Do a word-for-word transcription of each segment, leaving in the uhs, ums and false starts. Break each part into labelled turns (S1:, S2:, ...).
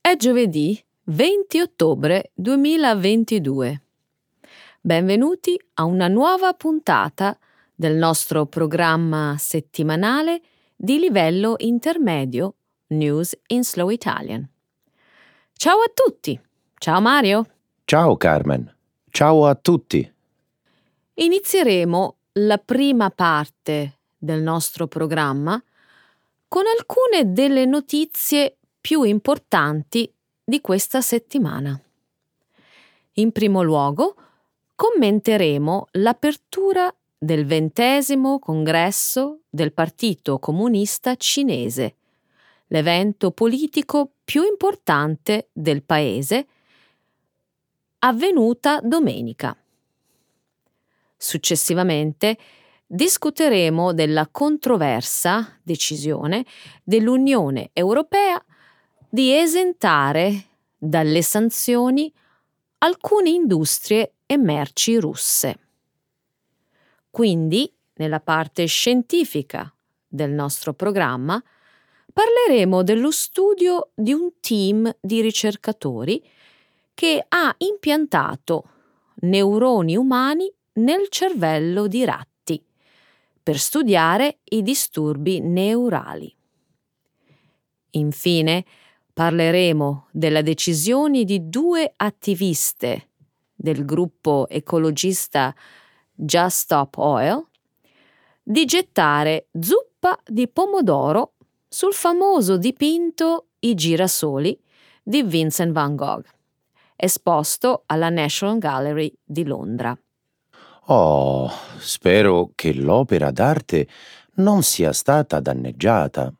S1: È giovedì venti ottobre duemilaventidue. Benvenuti a una nuova puntata del nostro programma settimanale di livello intermedio News in Slow Italian. Ciao a tutti! Ciao Mario!
S2: Ciao Carmen! Ciao a tutti!
S1: Inizieremo la prima parte del nostro programma con alcune delle notizie più importanti di questa settimana. In primo luogo, commenteremo l'apertura del ventesimo congresso del Partito Comunista Cinese, l'evento politico più importante del paese, avvenuta domenica. Successivamente discuteremo della controversa decisione dell'Unione Europea di esentare dalle sanzioni alcune industrie e merci russe. Quindi, nella parte scientifica del nostro programma, parleremo dello studio di un team di ricercatori che ha impiantato neuroni umani nel cervello di ratti per studiare i disturbi neurali. Infine, parleremo della decisione di due attiviste del gruppo ecologista Just Stop Oil di gettare zuppa di pomodoro sul famoso dipinto I girasoli di Vincent van Gogh, esposto alla National Gallery di Londra.
S2: Oh, spero che l'opera d'arte non sia stata danneggiata.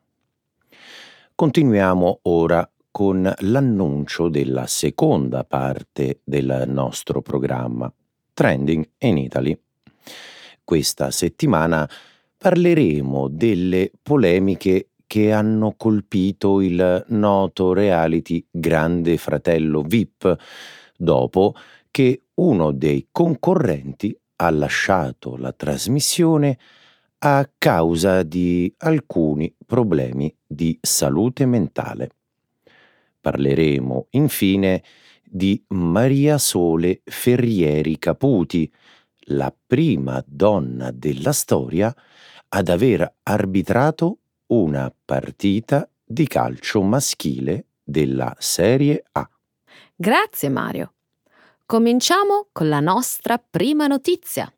S2: Continuiamo ora con l'annuncio della seconda parte del nostro programma, Trending in Italy. Questa settimana parleremo delle polemiche che hanno colpito il noto reality Grande Fratello V I P dopo che uno dei concorrenti ha lasciato la trasmissione a causa di alcuni problemi di salute mentale. Parleremo infine di Maria Sole Ferrieri Caputi, la prima donna della storia ad aver arbitrato una partita di calcio maschile della Serie A.
S1: Grazie Mario. Cominciamo con la nostra prima notizia.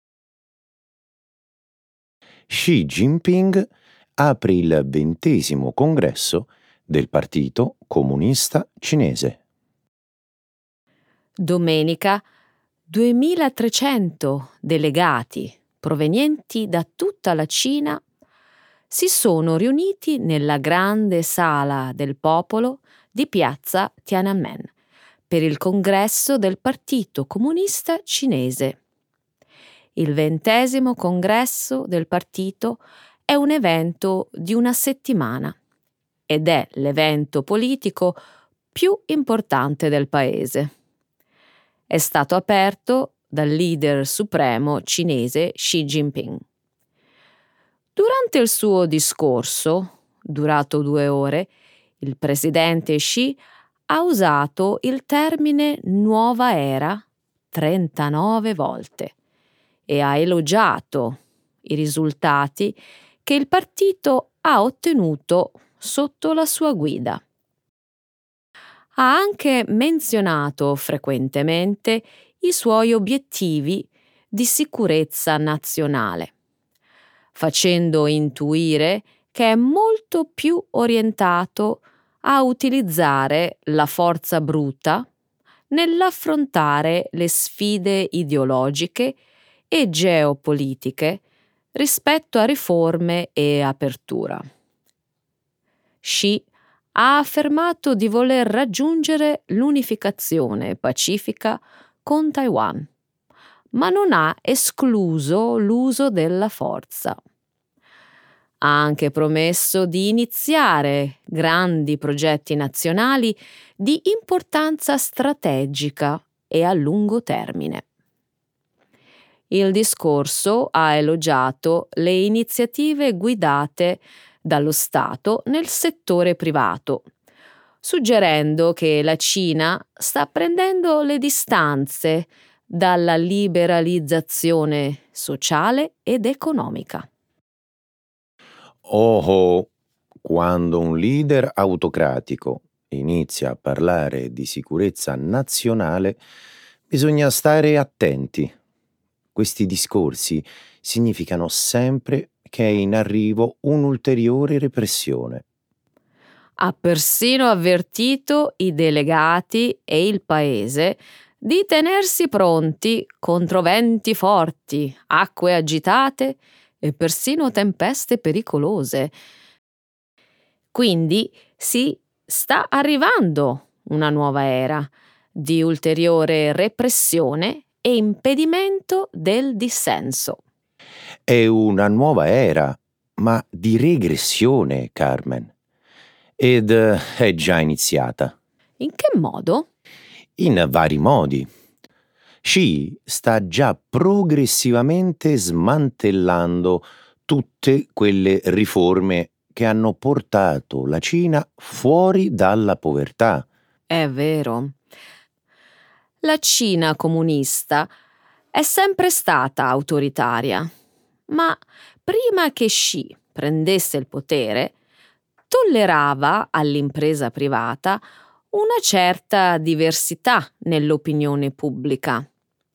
S2: Xi Jinping apre il ventesimo congresso del Partito Comunista Cinese.
S1: Domenica, duemilatrecento delegati provenienti da tutta la Cina si sono riuniti nella grande sala del popolo di piazza Tiananmen per il congresso del Partito Comunista Cinese. Il ventesimo congresso del partito è un evento di una settimana ed è l'evento politico più importante del paese. È stato aperto dal leader supremo cinese Xi Jinping. Durante il suo discorso, durato due ore, il presidente Xi ha usato il termine nuova era trentanove volte e ha elogiato i risultati che il partito ha ottenuto sotto la sua guida. Ha anche menzionato frequentemente i suoi obiettivi di sicurezza nazionale, facendo intuire che è molto più orientato a utilizzare la forza bruta nell'affrontare le sfide ideologiche e geopolitiche rispetto a riforme e apertura. Xi ha affermato di voler raggiungere l'unificazione pacifica con Taiwan, ma non ha escluso l'uso della forza. Ha anche promesso di iniziare grandi progetti nazionali di importanza strategica e a lungo termine. Il discorso ha elogiato le iniziative guidate dallo Stato nel settore privato, suggerendo che la Cina sta prendendo le distanze dalla liberalizzazione sociale ed economica.
S2: Oh, oh, quando un leader autocratico inizia a parlare di sicurezza nazionale, bisogna stare attenti. Questi discorsi significano sempre che è in arrivo un'ulteriore repressione.
S1: Ha persino avvertito i delegati e il paese di tenersi pronti contro venti forti, acque agitate e persino tempeste pericolose. Quindi si sta arrivando una nuova era di ulteriore repressione e impedimento del dissenso.
S2: È una nuova era, ma di regressione, Carmen. Ed eh, è già iniziata.
S1: In che modo?
S2: In vari modi. Xi sta già progressivamente smantellando tutte quelle riforme che hanno portato la Cina fuori dalla povertà.
S1: È vero. La Cina comunista è sempre stata autoritaria, ma prima che Xi prendesse il potere, tollerava all'impresa privata una certa diversità nell'opinione pubblica.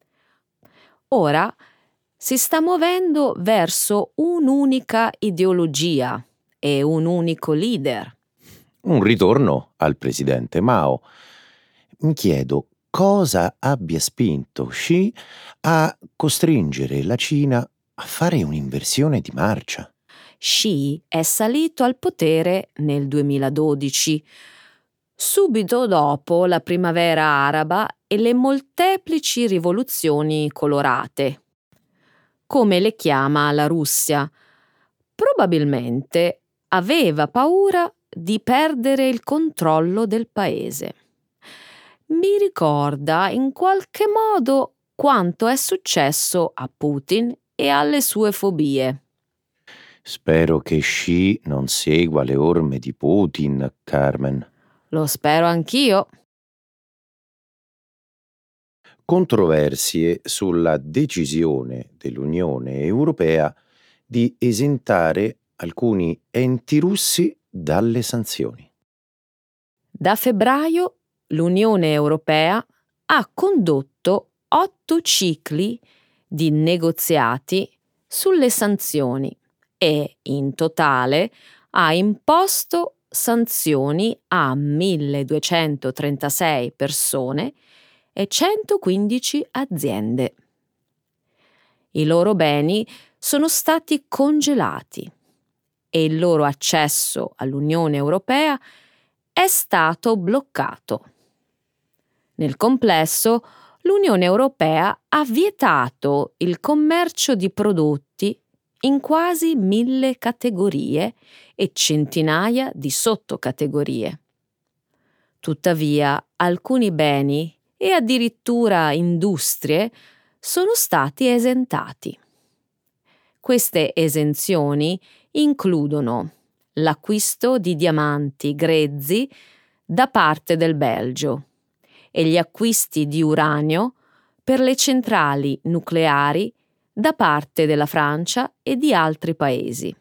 S1: Ora si sta muovendo verso un'unica ideologia e un unico leader.
S2: Un ritorno al presidente Mao. Mi chiedo cosa abbia spinto Xi a costringere la Cina a fare un'inversione di marcia.
S1: Xi è salito al potere nel duemiladodici, subito dopo la primavera araba e le molteplici rivoluzioni colorate, come le chiama la Russia. Probabilmente aveva paura di perdere il controllo del paese. Mi ricorda in qualche modo quanto è successo a Putin e alle sue fobie.
S2: Spero che Xi non segua le orme di Putin, Carmen.
S1: Lo spero anch'io.
S2: Controversie sulla decisione dell'Unione Europea di esentare alcuni enti russi dalle sanzioni.
S1: Da febbraio l'Unione Europea ha condotto otto cicli di negoziati sulle sanzioni e in totale ha imposto sanzioni a milleduecentotrentasei persone e centoquindici aziende. I loro beni sono stati congelati e il loro accesso all'Unione Europea è stato bloccato. Nel complesso, l'Unione Europea ha vietato il commercio di prodotti in quasi mille categorie e centinaia di sottocategorie. Tuttavia, alcuni beni e addirittura industrie sono stati esentati. Queste esenzioni includono l'acquisto di diamanti grezzi da parte del Belgio e gli acquisti di uranio per le centrali nucleari da parte della Francia e di altri paesi.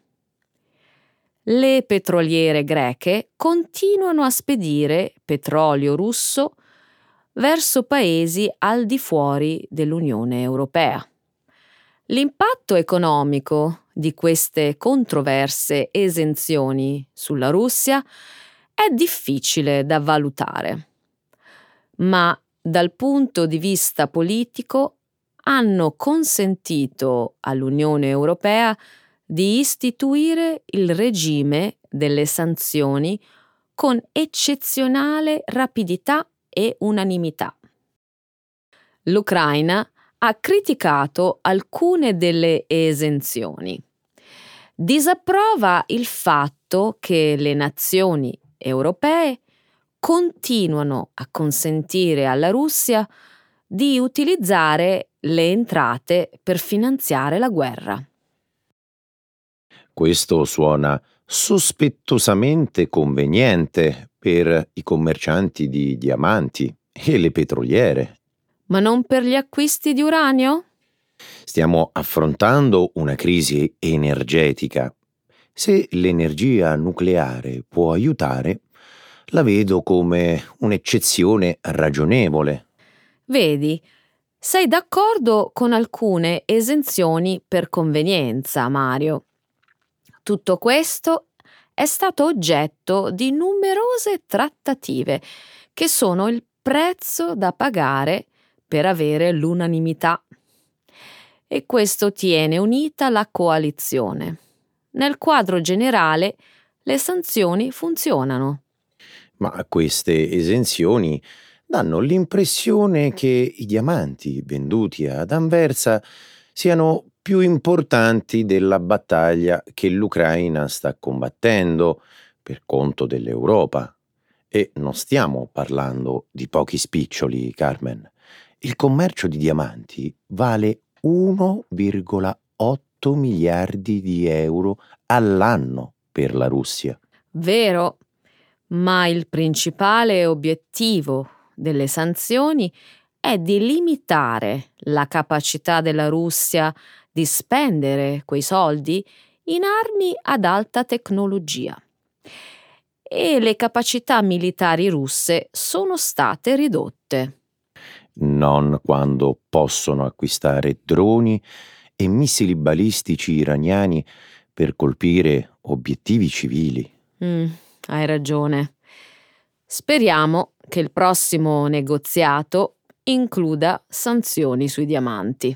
S1: Le petroliere greche continuano a spedire petrolio russo verso paesi al di fuori dell'Unione Europea. L'impatto economico di queste controverse esenzioni sulla Russia è difficile da valutare, ma dal punto di vista politico hanno consentito all'Unione Europea di istituire il regime delle sanzioni con eccezionale rapidità e unanimità. L'Ucraina ha criticato alcune delle esenzioni. Disapprova il fatto che le nazioni europee continuano a consentire alla Russia di utilizzare le entrate per finanziare la guerra.
S2: Questo suona Sospettosamente conveniente per i commercianti di diamanti e le petroliere.
S1: Ma non per gli acquisti di uranio?
S2: Stiamo affrontando una crisi energetica. Se l'energia nucleare può aiutare, la vedo come un'eccezione ragionevole.
S1: Vedi, sei d'accordo con alcune esenzioni per convenienza, Mario. Tutto questo è stato oggetto di numerose trattative, che sono il prezzo da pagare per avere l'unanimità. E questo tiene unita la coalizione. Nel quadro generale, le sanzioni funzionano.
S2: Ma queste esenzioni danno l'impressione che i diamanti venduti ad Anversa siano più importanti della battaglia che l'Ucraina sta combattendo per conto dell'Europa. E non stiamo parlando di pochi spiccioli, Carmen. Il commercio di diamanti vale uno virgola otto miliardi di euro all'anno per la Russia.
S1: Vero, ma il principale obiettivo delle sanzioni è di limitare la capacità della Russia di spendere quei soldi in armi ad alta tecnologia. E le capacità militari russe sono state ridotte.
S2: Non quando possono acquistare droni e missili balistici iraniani per colpire obiettivi civili.
S1: Mm, hai ragione. Speriamo che il prossimo negoziato includa sanzioni sui diamanti.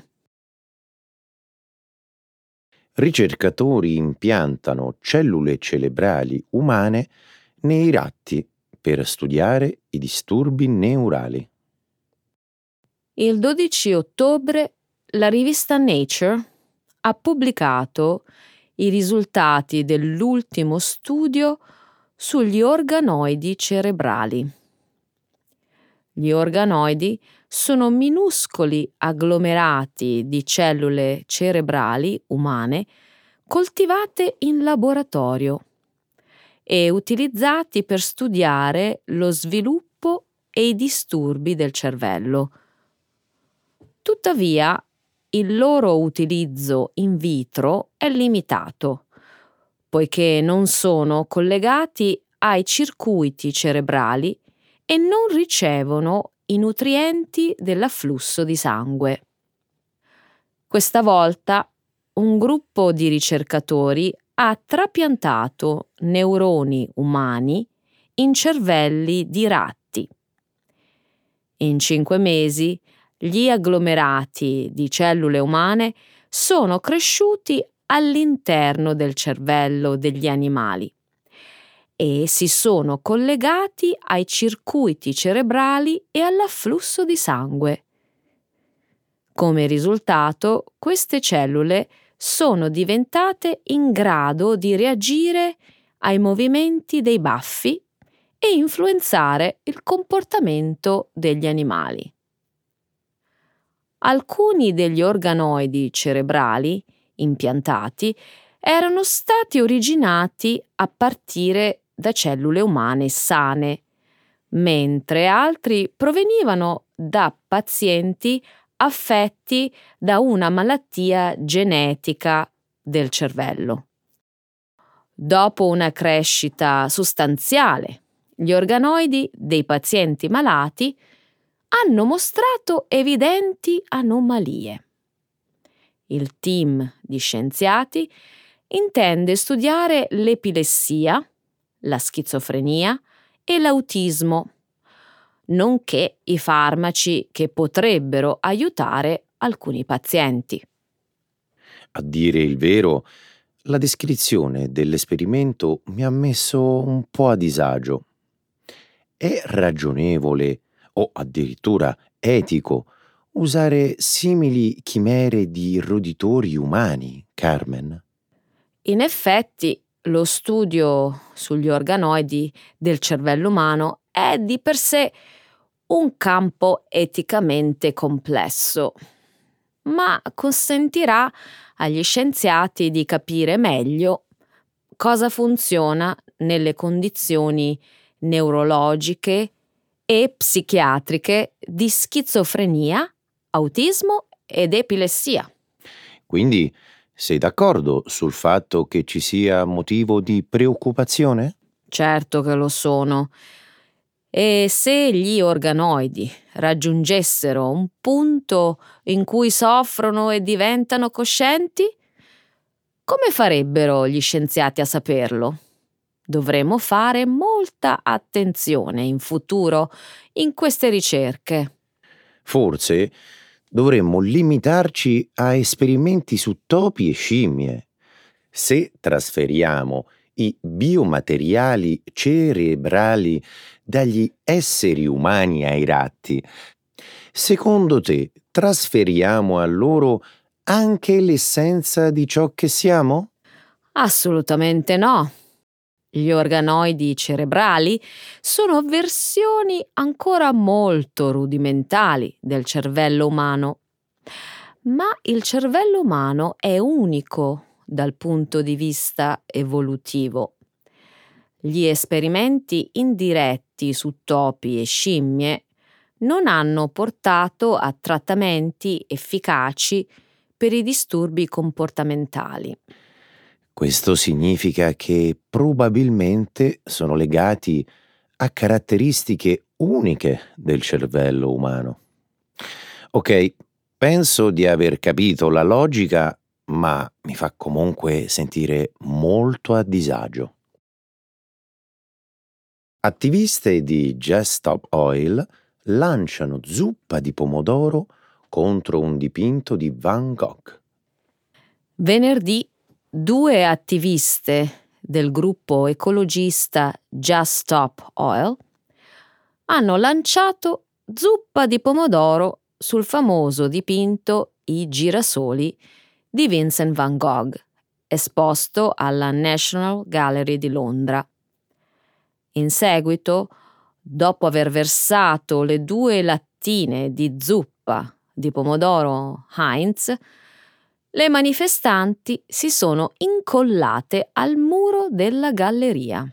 S2: Ricercatori impiantano cellule cerebrali umane nei ratti per studiare i disturbi neurali.
S1: Il dodici ottobre la rivista Nature ha pubblicato i risultati dell'ultimo studio sugli organoidi cerebrali. Gli organoidi sono minuscoli agglomerati di cellule cerebrali umane coltivate in laboratorio e utilizzati per studiare lo sviluppo e i disturbi del cervello. Tuttavia, il loro utilizzo in vitro è limitato, poiché non sono collegati ai circuiti cerebrali e non ricevono i nutrienti dell'afflusso di sangue. Questa volta un gruppo di ricercatori ha trapiantato neuroni umani in cervelli di ratti. In cinque mesi gli agglomerati di cellule umane sono cresciuti all'interno del cervello degli animali e si sono collegati ai circuiti cerebrali e all'afflusso di sangue. Come risultato, queste cellule sono diventate in grado di reagire ai movimenti dei baffi e influenzare il comportamento degli animali. Alcuni degli organoidi cerebrali impiantati erano stati originati a partire da cellule umane sane, mentre altri provenivano da pazienti affetti da una malattia genetica del cervello. Dopo una crescita sostanziale, gli organoidi dei pazienti malati hanno mostrato evidenti anomalie. Il team di scienziati intende studiare l'epilessia, la schizofrenia e l'autismo, nonché i farmaci che potrebbero aiutare alcuni pazienti.
S2: A dire il vero, la descrizione dell'esperimento mi ha messo un po' a disagio. È ragionevole o addirittura etico usare simili chimere di roditori umani, Carmen?
S1: In effetti, lo studio sugli organoidi del cervello umano è di per sé un campo eticamente complesso, ma consentirà agli scienziati di capire meglio cosa funziona nelle condizioni neurologiche e psichiatriche di schizofrenia, autismo ed epilessia.
S2: Quindi sei d'accordo sul fatto che ci sia motivo di preoccupazione?
S1: Certo che lo sono. E se gli organoidi raggiungessero un punto in cui soffrono e diventano coscienti, come farebbero gli scienziati a saperlo? Dovremmo fare molta attenzione in futuro in queste ricerche.
S2: Forse dovremmo limitarci a esperimenti su topi e scimmie. Se trasferiamo i biomateriali cerebrali dagli esseri umani ai ratti, secondo te trasferiamo a loro anche l'essenza di ciò che siamo?
S1: Assolutamente no. Gli organoidi cerebrali sono versioni ancora molto rudimentali del cervello umano. Ma il cervello umano è unico dal punto di vista evolutivo. Gli esperimenti indiretti su topi e scimmie non hanno portato a trattamenti efficaci per i disturbi comportamentali.
S2: Questo significa che probabilmente sono legati a caratteristiche uniche del cervello umano. Ok, penso di aver capito la logica, ma mi fa comunque sentire molto a disagio. Attiviste di Just Stop Oil lanciano zuppa di pomodoro contro un dipinto di Van Gogh.
S1: Venerdì due attiviste del gruppo ecologista Just Stop Oil hanno lanciato zuppa di pomodoro sul famoso dipinto I girasoli di Vincent van Gogh, esposto alla National Gallery di Londra. In seguito, dopo aver versato le due lattine di zuppa di pomodoro Heinz, le manifestanti si sono incollate al muro della galleria.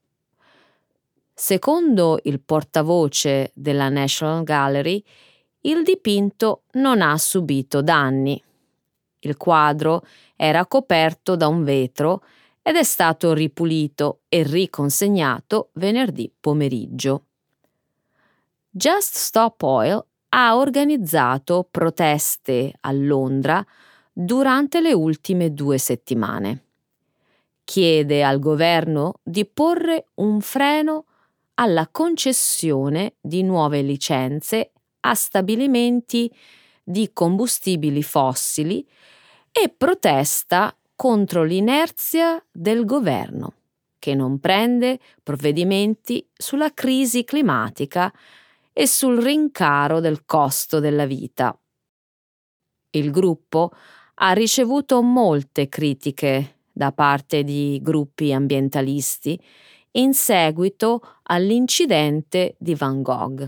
S1: Secondo il portavoce della National Gallery, il dipinto non ha subito danni. Il quadro era coperto da un vetro ed è stato ripulito e riconsegnato venerdì pomeriggio. Just Stop Oil ha organizzato proteste a Londra durante le ultime due settimane. Chiede al governo di porre un freno alla concessione di nuove licenze a stabilimenti di combustibili fossili e protesta contro l'inerzia del governo, che non prende provvedimenti sulla crisi climatica e sul rincaro del costo della vita. Il gruppo ha ricevuto molte critiche da parte di gruppi ambientalisti in seguito all'incidente di Van Gogh.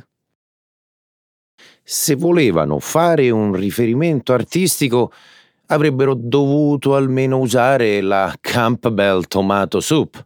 S2: Se volevano fare un riferimento artistico, avrebbero dovuto almeno usare la Campbell Tomato Soup.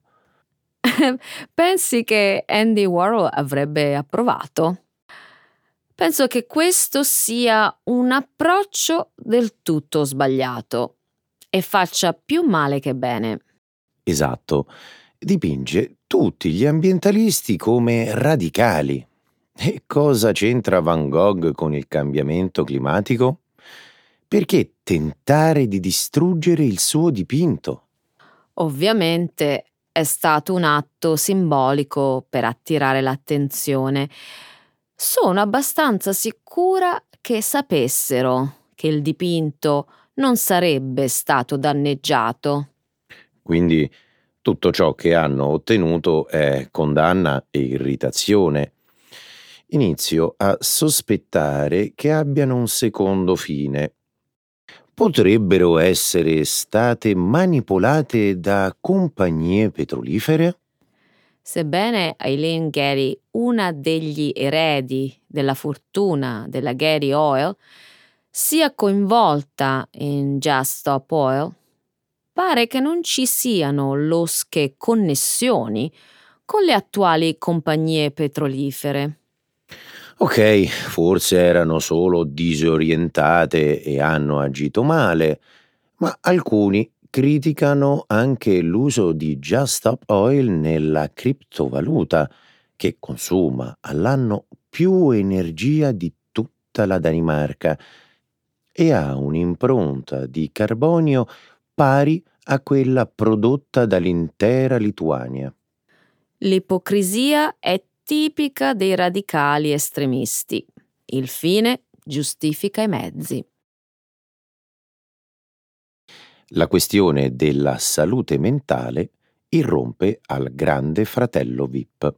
S1: Pensi che Andy Warhol avrebbe approvato? Penso che questo sia un approccio del tutto sbagliato e faccia più male che bene.
S2: Esatto, dipinge tutti gli ambientalisti come radicali. E cosa c'entra Van Gogh con il cambiamento climatico? Perché tentare di distruggere il suo dipinto?
S1: Ovviamente è stato un atto simbolico per attirare l'attenzione. Sono abbastanza sicura che sapessero che il dipinto non sarebbe stato danneggiato.
S2: Quindi tutto ciò che hanno ottenuto è condanna e irritazione. Inizio a sospettare che abbiano un secondo fine. Potrebbero essere state manipolate da compagnie petrolifere?
S1: Sebbene Eileen Gary, una degli eredi della fortuna della Gary Oil, sia coinvolta in Just Stop Oil, pare che non ci siano losche connessioni con le attuali compagnie petrolifere.
S2: Ok, forse erano solo disorientate e hanno agito male, ma alcuni criticano anche l'uso di Just Stop Oil nella criptovaluta, che consuma all'anno più energia di tutta la Danimarca e ha un'impronta di carbonio pari a quella prodotta dall'intera Lituania.
S1: L'ipocrisia è tipica dei radicali estremisti. Il fine giustifica i mezzi.
S2: La questione della salute mentale irrompe al Grande Fratello V I P.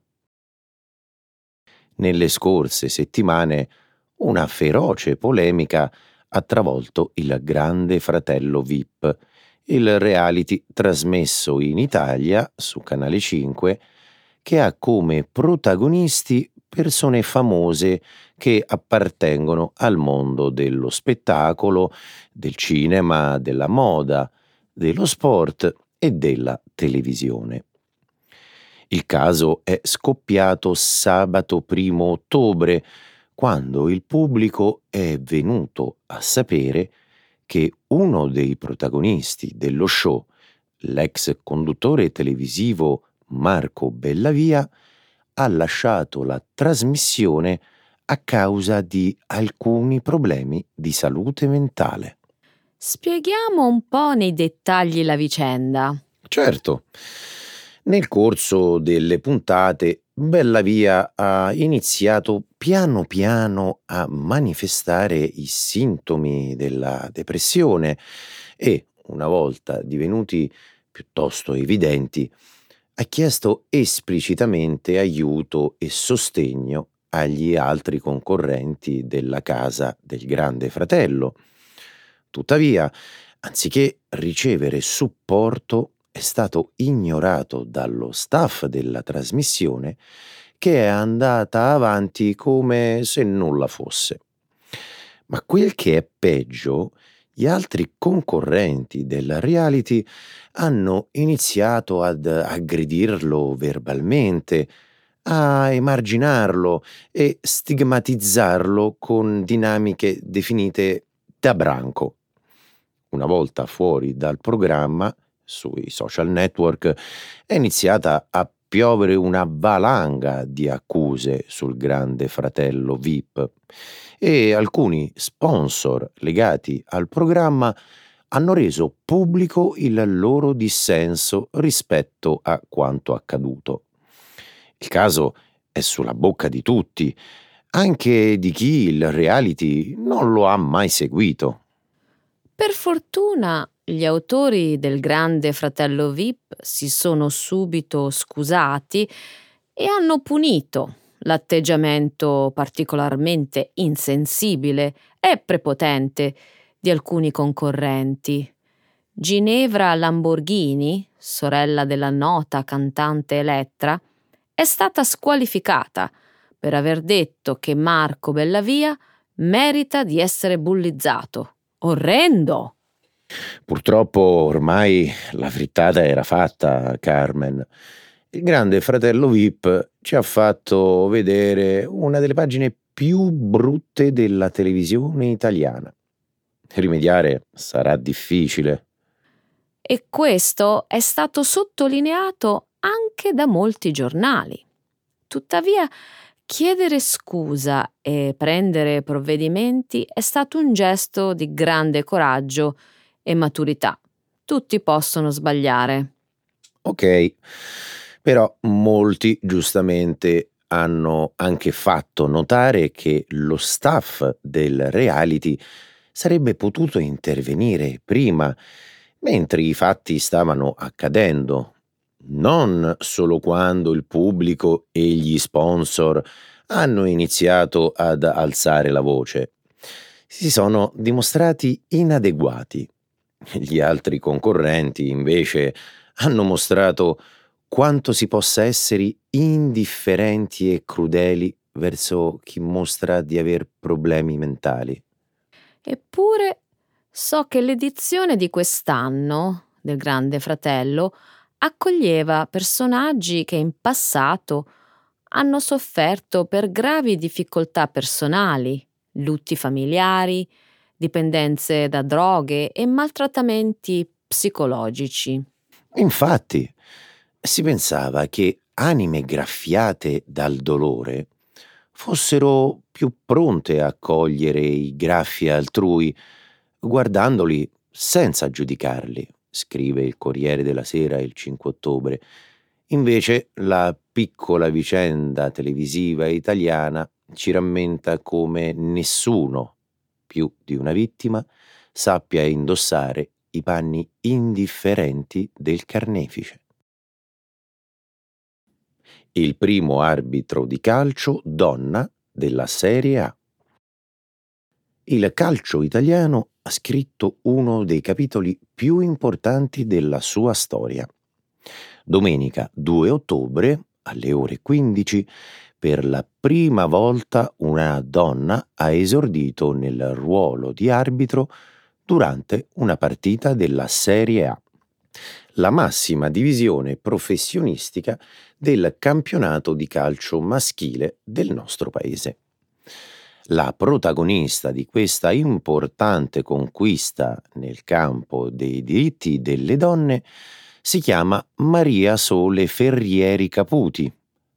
S2: Nelle scorse settimane una feroce polemica ha travolto il Grande Fratello V I P, il reality trasmesso in Italia su Canale cinque che ha come protagonisti persone famose che appartengono al mondo dello spettacolo, del cinema, della moda, dello sport e della televisione. Il caso è scoppiato sabato primo ottobre, quando il pubblico è venuto a sapere che uno dei protagonisti dello show, l'ex conduttore televisivo Marco Bellavia, ha lasciato la trasmissione a causa di alcuni problemi di salute mentale.
S1: Spieghiamo un po' nei dettagli la vicenda.
S2: Certo, nel corso delle puntate Bellavia ha iniziato piano piano a manifestare i sintomi della depressione e, una volta divenuti piuttosto evidenti, ha chiesto esplicitamente aiuto e sostegno agli altri concorrenti della casa del Grande Fratello. Tuttavia, anziché ricevere supporto, è stato ignorato dallo staff della trasmissione, che è andata avanti come se nulla fosse. Ma quel che è peggio, gli altri concorrenti del reality hanno iniziato ad aggredirlo verbalmente, a emarginarlo e stigmatizzarlo con dinamiche definite da branco. Una volta fuori dal programma, sui social network, è iniziata a piovere una valanga di accuse sul Grande Fratello V I P e alcuni sponsor legati al programma hanno reso pubblico il loro dissenso rispetto a quanto accaduto. Il caso è sulla bocca di tutti, anche di chi il reality non lo ha mai seguito.
S1: Per fortuna, gli autori del Grande Fratello V I P si sono subito scusati e hanno punito l'atteggiamento particolarmente insensibile e prepotente di alcuni concorrenti. Ginevra Lamborghini, sorella della nota cantante Elettra, è stata squalificata per aver detto che Marco Bellavia merita di essere bullizzato. Orrendo!
S2: Purtroppo ormai la frittata era fatta, Carmen. Il Grande Fratello V I P ci ha fatto vedere una delle pagine più brutte della televisione italiana. Rimediare sarà difficile.
S1: E questo è stato sottolineato anche da molti giornali. Tuttavia, chiedere scusa e prendere provvedimenti è stato un gesto di grande coraggio e maturità. Tutti possono sbagliare.
S2: Ok, però molti giustamente hanno anche fatto notare che lo staff del reality sarebbe potuto intervenire prima, mentre i fatti stavano accadendo, non solo quando il pubblico e gli sponsor hanno iniziato ad alzare la voce. Si sono dimostrati inadeguati. Gli altri concorrenti, invece, hanno mostrato quanto si possa essere indifferenti e crudeli verso chi mostra di aver problemi mentali.
S1: Eppure so che l'edizione di quest'anno del Grande Fratello accoglieva personaggi che in passato hanno sofferto per gravi difficoltà personali, lutti familiari, dipendenze da droghe e maltrattamenti psicologici.
S2: Infatti, si pensava che anime graffiate dal dolore fossero più pronte a cogliere i graffi altrui, guardandoli senza giudicarli, scrive il Corriere della Sera il cinque ottobre. Invece la piccola vicenda televisiva italiana ci rammenta come nessuno, più di una vittima, sappia indossare i panni indifferenti del carnefice. Il primo arbitro di calcio donna della Serie A. Il calcio italiano ha scritto uno dei capitoli più importanti della sua storia. Domenica due ottobre, alle ore quindici, per la prima volta una donna ha esordito nel ruolo di arbitro durante una partita della Serie A, la massima divisione professionistica del campionato di calcio maschile del nostro paese. La protagonista di questa importante conquista nel campo dei diritti delle donne si chiama Maria Sole Ferrieri Caputi,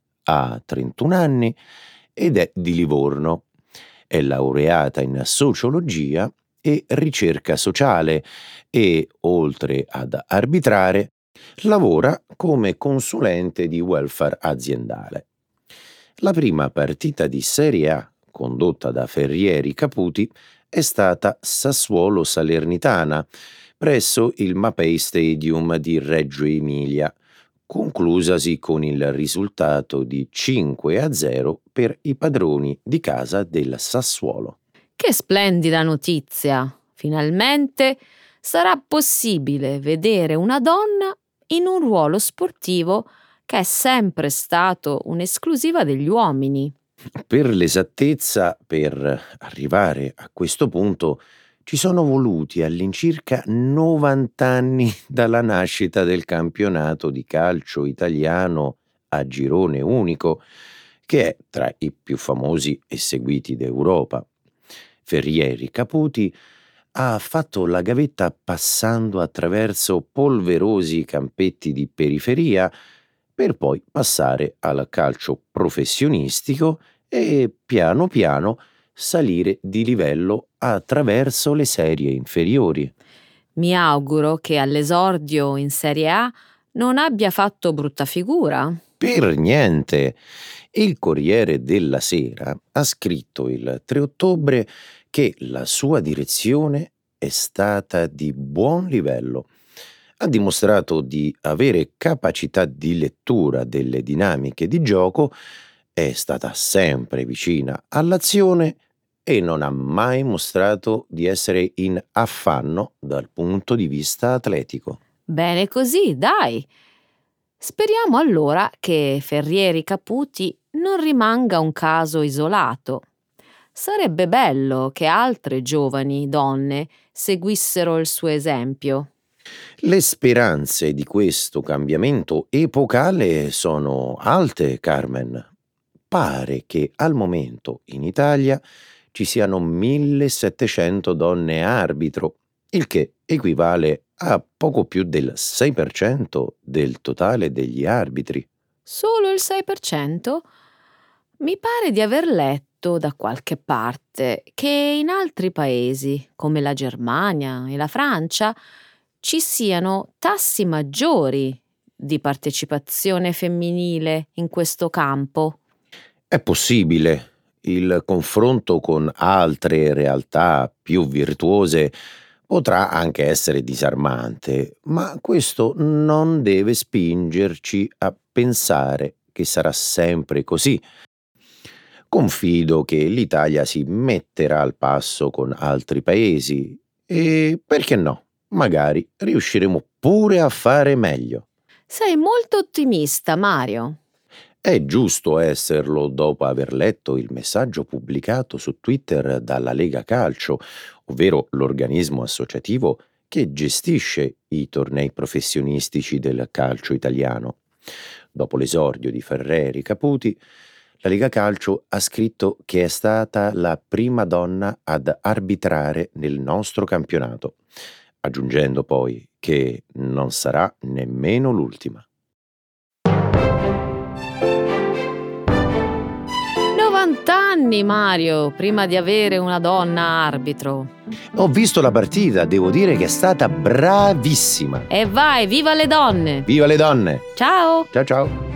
S2: ha trentuno anni ed è di Livorno. È laureata in sociologia e ricerca sociale e, oltre ad arbitrare, lavora come consulente di welfare aziendale. La prima partita di Serie A condotta da Ferrieri Caputi è stata Sassuolo Salernitana presso il Mapei Stadium di Reggio Emilia, conclusasi con il risultato di cinque a zero per i padroni di casa del Sassuolo.
S1: Che splendida notizia! Finalmente sarà possibile vedere una donna in un ruolo sportivo che è sempre stato un'esclusiva degli uomini.
S2: Per l'esattezza, per arrivare a questo punto, ci sono voluti all'incirca novanta anni dalla nascita del campionato di calcio italiano a girone unico, che è tra i più famosi e seguiti d'Europa. Ferrieri Caputi ha fatto la gavetta passando attraverso polverosi campetti di periferia per poi passare al calcio professionistico e piano piano salire di livello attraverso le serie inferiori.
S1: Mi auguro che all'esordio in Serie A non abbia fatto brutta figura.
S2: Per niente. Il Corriere della Sera ha scritto il tre ottobre che la sua direzione è stata di buon livello. Ha dimostrato di avere capacità di lettura delle dinamiche di gioco, è stata sempre vicina all'azione e non ha mai mostrato di essere in affanno dal punto di vista atletico.
S1: Bene così, dai. Speriamo allora che Ferrieri Caputi non rimanga un caso isolato. Sarebbe bello che altre giovani donne seguissero il suo esempio.
S2: Le speranze di questo cambiamento epocale sono alte, Carmen. Pare che al momento in Italia ci siano millesettecento donne arbitro, il che equivale a poco più del sei per cento del totale degli arbitri.
S1: Solo il sei per cento? Mi pare di aver letto da qualche parte che in altri paesi, come la Germania e la Francia, ci siano tassi maggiori di partecipazione femminile in questo campo.
S2: È possibile. Il confronto con altre realtà più virtuose potrà anche essere disarmante, ma questo non deve spingerci a pensare che sarà sempre così. Confido che l'Italia si metterà al passo con altri paesi e, perché no, magari riusciremo pure a fare meglio.
S1: Sei molto ottimista, Mario.
S2: È giusto esserlo dopo aver letto il messaggio pubblicato su Twitter dalla Lega Calcio, ovvero l'organismo associativo che gestisce i tornei professionistici del calcio italiano. Dopo l'esordio di Ferreri Caputi, la Lega Calcio ha scritto che è stata la prima donna ad arbitrare nel nostro campionato, aggiungendo poi che non sarà nemmeno l'ultima.
S1: novanta anni, Mario, prima di avere una donna arbitro.
S2: Ho visto la partita, devo dire che è stata bravissima.
S1: E vai, viva le donne!
S2: Viva le donne!
S1: Ciao!
S2: Ciao ciao!